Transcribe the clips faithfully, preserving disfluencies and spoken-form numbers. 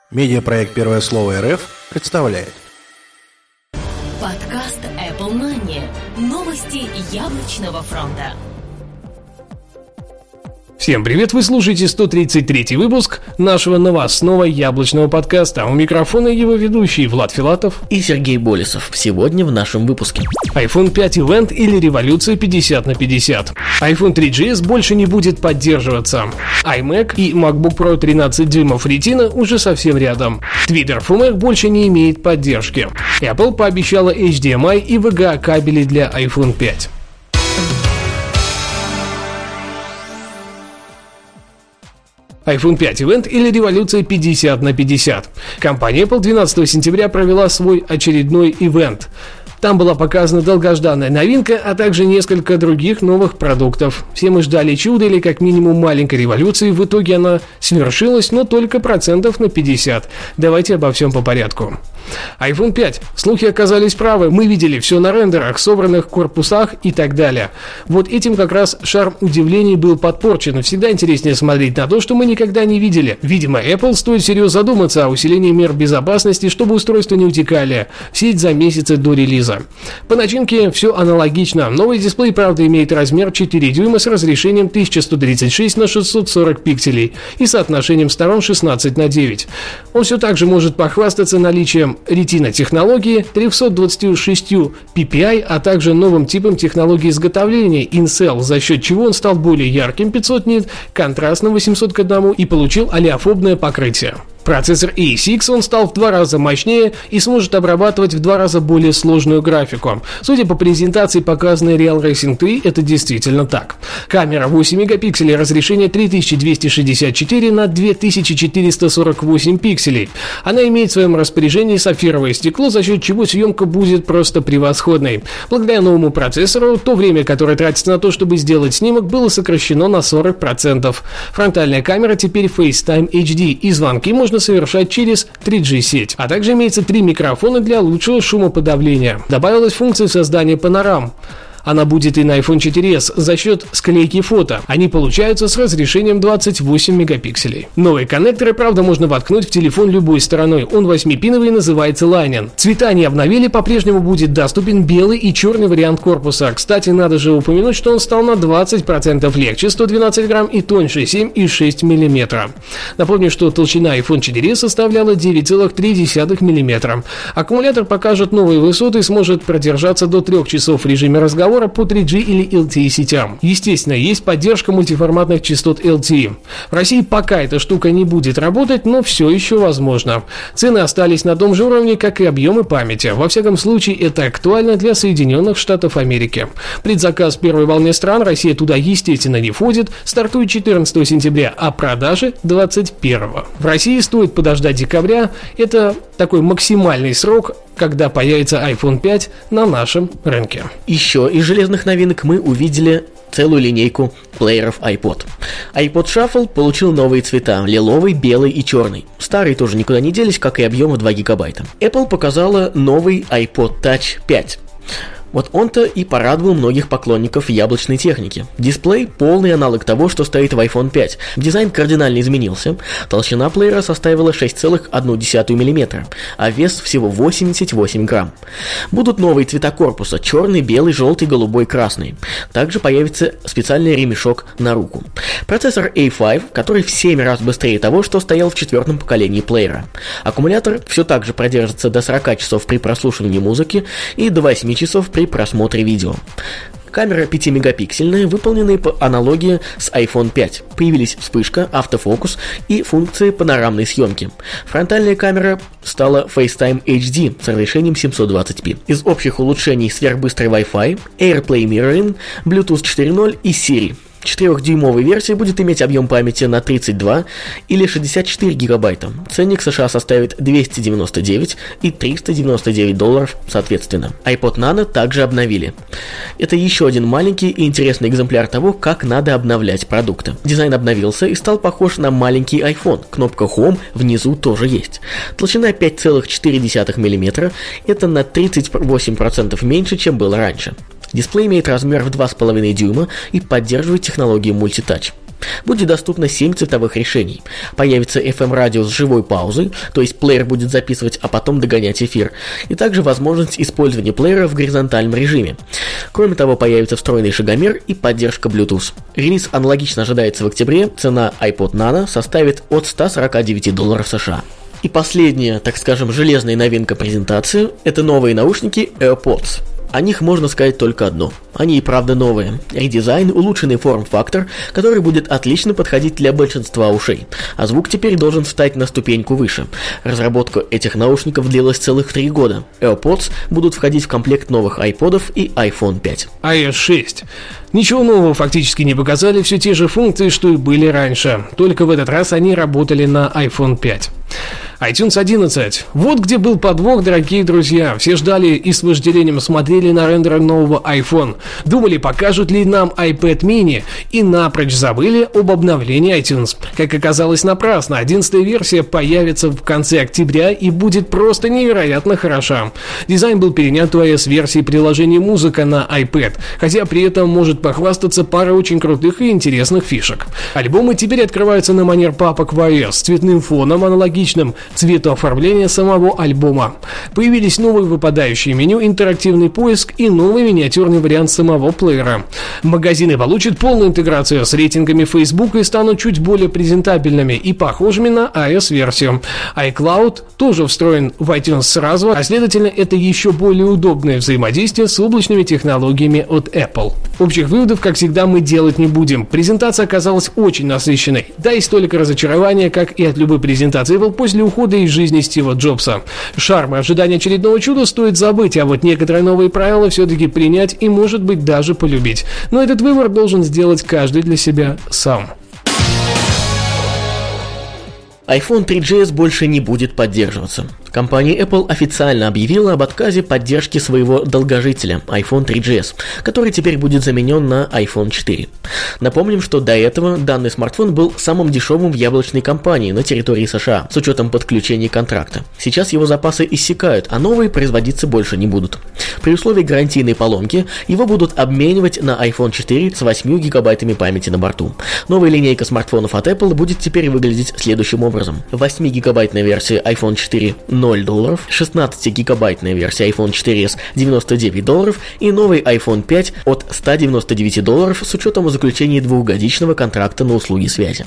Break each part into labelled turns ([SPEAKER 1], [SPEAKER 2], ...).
[SPEAKER 1] Медиапроект «Первое слово РФ» представляет.
[SPEAKER 2] Подкаст Apple Money. Новости яблочного фронта.
[SPEAKER 3] Всем привет, вы слушаете сто тридцать третий выпуск нашего новостного яблочного подкаста. У микрофона его ведущие Влад Филатов
[SPEAKER 4] и Сергей Болесов. Сегодня в нашем выпуске.
[SPEAKER 3] айфон пять Event или революция пятьдесят на пятьдесят. айфон три джи эс больше не будет поддерживаться. iMac и MacBook Pro тринадцать дюймов Retina уже совсем рядом. Twitter эф эм эр больше не имеет поддержки. Apple пообещала эйч ди эм ай и ви джи а кабели для айфон пять. айфон пять Event или революция пятьдесят на пятьдесят. Компания Apple двенадцатого сентября провела свой очередной ивент. Там была показана долгожданная новинка, а также несколько других новых продуктов. Все мы ждали чуда или как минимум маленькой революции, в итоге она свершилась, но только процентов на пятьдесят. Давайте обо всем по порядку. айфон пять. Слухи оказались правы, мы видели все на рендерах, собранных корпусах и так далее. Вот этим как раз шарм удивлений был подпорчен. Всегда интереснее смотреть на то, что мы никогда не видели. Видимо, Apple стоит всерьез задуматься о усилении мер безопасности, чтобы устройства не утекали в сеть за месяцы до релиза. По начинке все аналогично. Новый дисплей, правда, имеет размер четыре дюйма с разрешением тысяча сто тридцать шесть на шестьсот сорок пикселей и соотношением сторон шестнадцать на девять. Он все так же может похвастаться наличием Retina технологии, триста двадцать шесть пи пи ай, а также новым типом технологии изготовления InCell, за счет чего он стал более ярким пятьсот нит, контрастным восемьсот к одному и получил олеофобное покрытие. Процессор эй шесть, он стал в два раза мощнее и сможет обрабатывать в два раза более сложную графику. Судя по презентации, показанной Real Racing три, это действительно так. Камера восемь мегапикселей, разрешение три тысячи двести шестьдесят четыре на две тысячи четыреста сорок восемь пикселей. Она имеет в своем распоряжении сапфировое стекло, за счет чего съемка будет просто превосходной. Благодаря новому процессору, то время, которое тратится на то, чтобы сделать снимок, было сокращено на сорок процентов. Фронтальная камера теперь FaceTime эйч ди, и звонки можно совершать через три джи сеть. А также имеется три микрофона для лучшего шумоподавления. Добавилась функция создания панорам. Она будет и на айфон четыре эс за счет склейки фото. Они получаются с разрешением двадцать восемь мегапикселей. Новые коннекторы, правда, можно воткнуть в телефон любой стороной. Он восьмипиновый и называется Lightning. Цвета не обновили, по-прежнему будет доступен белый и черный вариант корпуса. Кстати, надо же упомянуть, что он стал на двадцать процентов легче, сто двенадцать грамм, и тоньше, семь и шесть миллиметра. Напомню, что толщина айфон четыре эс составляла девять целых три десятых миллиметра. Аккумулятор покажет новые высоты и сможет продержаться до трех часов в режиме разговора по три джи или эл ти и сетям. Естественно, есть поддержка мультиформатных частот эл ти и. В России пока эта штука не будет работать, но все еще возможно. Цены остались на том же уровне, как и объемы памяти. Во всяком случае, это актуально для Соединенных Штатов Америки. Предзаказ первой волны стран, Россия туда, естественно, не входит, стартует четырнадцатого сентября, а продажи двадцать первого. В России стоит подождать декабря. Это такой максимальный срок, когда появится айфон пять на нашем рынке.
[SPEAKER 4] Еще из железных новинок мы увидели целую линейку плееров iPod. iPod Shuffle получил новые цвета – лиловый, белый и черный. Старые тоже никуда не делись, как и объем в два гигабайта. Apple показала новый iPod Touch пять. Вот он-то и порадовал многих поклонников яблочной техники. Дисплей – полный аналог того, что стоит в айфон пять. Дизайн кардинально изменился. Толщина плеера составила шесть целых одна десятая миллиметра, а вес всего восемьдесят восемь грамм. Будут новые цвета корпуса – черный, белый, желтый, голубой, красный. Также появится специальный ремешок на руку. Процессор эй пять, который в семь раз быстрее того, что стоял в четвертом поколении плеера. Аккумулятор все так же продержится до сорок часов при прослушивании музыки и до восемь часов при просмотре видео. Камера пятимегапиксельная, выполненная по аналогии с айфон пять. Появились вспышка, автофокус и функции панорамной съемки. Фронтальная камера стала FaceTime эйч ди с разрешением семьсот двадцать пи. Из общих улучшений сверхбыстрый Wi-Fi, AirPlay Mirroring, Bluetooth четыре ноль и Siri. четырёхдюймовой версия будет иметь объем памяти на тридцать два или шестьдесят четыре гигабайта. Ценник США составит двести девяносто девять и триста девяносто девять долларов соответственно. iPod Nano также обновили. Это еще один маленький и интересный экземпляр того, как надо обновлять продукты. Дизайн обновился и стал похож на маленький iPhone. Кнопка Home внизу тоже есть. Толщина пять целых четыре десятых миллиметра, это на тридцать восемь процентов меньше, чем было раньше. Дисплей имеет размер в два с половиной дюйма и поддерживает технологию мультитач. Будет доступно семь цветовых решений. Появится эф эм-радио с живой паузой, то есть плеер будет записывать, а потом догонять эфир. И также возможность использования плеера в горизонтальном режиме. Кроме того, появится встроенный шагомер и поддержка Bluetooth. Релиз аналогично ожидается в октябре. Цена iPod Nano составит от ста сорока девяти долларов США. И последняя, так скажем, железная новинка презентации – это новые наушники AirPods. О них можно сказать только одно. Они и правда новые. Редизайн, улучшенный форм-фактор, который будет отлично подходить для большинства ушей. А звук теперь должен встать на ступеньку выше. Разработка этих наушников длилась целых три года. AirPods будут входить в комплект новых iPod'ов и айфон пять.
[SPEAKER 3] ай о эс шесть. Ничего нового фактически не показали, все те же функции, что и были раньше. Только в этот раз они работали на айфон пять. iTunes одиннадцать. Вот где был подвох, дорогие друзья. Все ждали и с вожделением смотрели на рендеры нового iPhone. Думали, покажут ли нам iPad mini, и напрочь забыли об обновлении iTunes. Как оказалось, напрасно. одиннадцатая версия появится в конце октября и будет просто невероятно хороша. Дизайн был перенят у ай о эс-версии приложения «Музыка» на iPad, хотя при этом может похвастаться парой очень крутых и интересных фишек. Альбомы теперь открываются на манер папок в iOS с цветным фоном, аналогичным цвету оформления самого альбома. Появились новые выпадающие меню, интерактивный поиск и новый миниатюрный вариант самого плеера. Магазины получат полную интеграцию с рейтингами Facebook и станут чуть более презентабельными и похожими на ай о эс-версию. iCloud тоже встроен в iTunes сразу, а следовательно это еще более удобное взаимодействие с облачными технологиями от Apple. Общих выводов, как всегда, мы делать не будем. Презентация оказалась очень насыщенной. Да и столько разочарования, как и от любой презентации Apple после ухода из жизни Стива Джобса. Шарм и ожидание очередного чуда стоит забыть, а вот некоторые новые правила все-таки принять и, может быть, даже полюбить. Но этот выбор должен сделать каждый для себя сам.
[SPEAKER 4] айфон три джи эс больше не будет поддерживаться. Компания Apple официально объявила об отказе поддержки своего долгожителя айфон три джи эс, который теперь будет заменен на айфон четыре. Напомним, что до этого данный смартфон был самым дешевым в яблочной компании на территории США, с учетом подключения контракта. Сейчас его запасы иссякают, а новые производиться больше не будут. При условии гарантийной поломки его будут обменивать на айфон четыре с восьмью гигабайтами памяти на борту. Новая линейка смартфонов от Apple будет теперь выглядеть следующим образом. восьмигигабайтная версия айфон четыре ноль долларов, шестнадцатигигабайтная версия айфон четыре эс девяносто девять долларов и новый айфон пять от ста девяноста девяти долларов с учетом заключения двухгодичного контракта на услуги связи.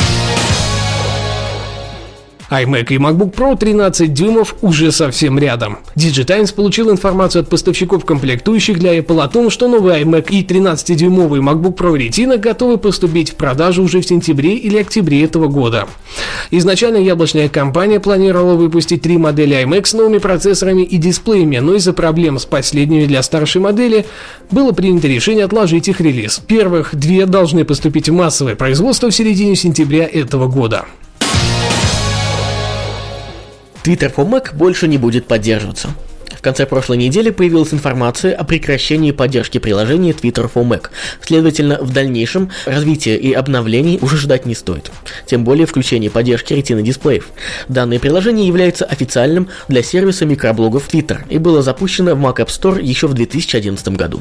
[SPEAKER 3] iMac и MacBook Pro тринадцать дюймов уже совсем рядом. Digitimes получил информацию от поставщиков комплектующих для Apple о том, что новый iMac и тринадцатидюймовый MacBook Pro Retina готовы поступить в продажу уже в сентябре или октябре этого года. Изначально яблочная компания планировала выпустить три модели iMac с новыми процессорами и дисплеями, но из-за проблем с последними для старшей модели было принято решение отложить их релиз. Первых две должны поступить в массовое производство в середине сентября этого года.
[SPEAKER 4] Twitter for Mac больше не будет поддерживаться. В конце прошлой недели появилась информация о прекращении поддержки приложения Twitter for Mac. Следовательно, в дальнейшем развития и обновлений уже ждать не стоит. Тем более включение поддержки Retina дисплеев. Данное приложение является официальным для сервиса микроблогов Twitter и было запущено в Mac App Store еще в две тысячи одиннадцатом году.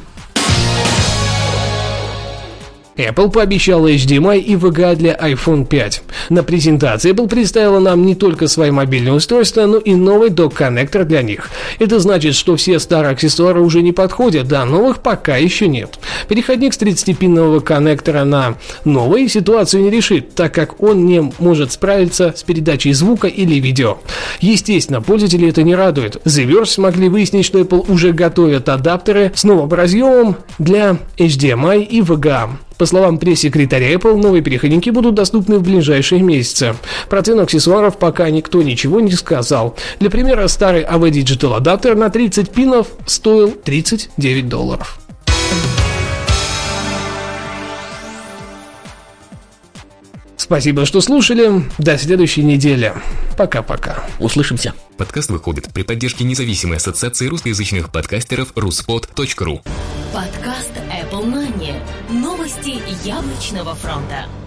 [SPEAKER 3] Apple пообещала эйч ди эм ай и ви джи а для айфон пять. На презентации Apple представила нам не только свои мобильные устройства, но и новый док-коннектор для них. Это значит, что все старые аксессуары уже не подходят, да новых пока еще нет. Переходник с тридцатипинного коннектора на новый ситуацию не решит, так как он не может справиться с передачей звука или видео. Естественно, пользователей это не радует. The Verge смогли выяснить, что Apple уже готовят адаптеры с новым разъемом для эйч ди эм ай и ви джи а. По словам пресс-секретаря Apple, новые переходники будут доступны в ближайшие месяцы. Про цену аксессуаров пока никто ничего не сказал. Для примера, старый эй ви Digital адаптер на тридцать пинов стоил тридцать девять долларов. Спасибо, что слушали. До следующей недели. Пока-пока.
[SPEAKER 4] Услышимся.
[SPEAKER 5] Подкаст выходит при поддержке независимой ассоциации русскоязычных подкастеров руспод точка ру.
[SPEAKER 2] Подкаст Apple Money. Новости яблочного фронта.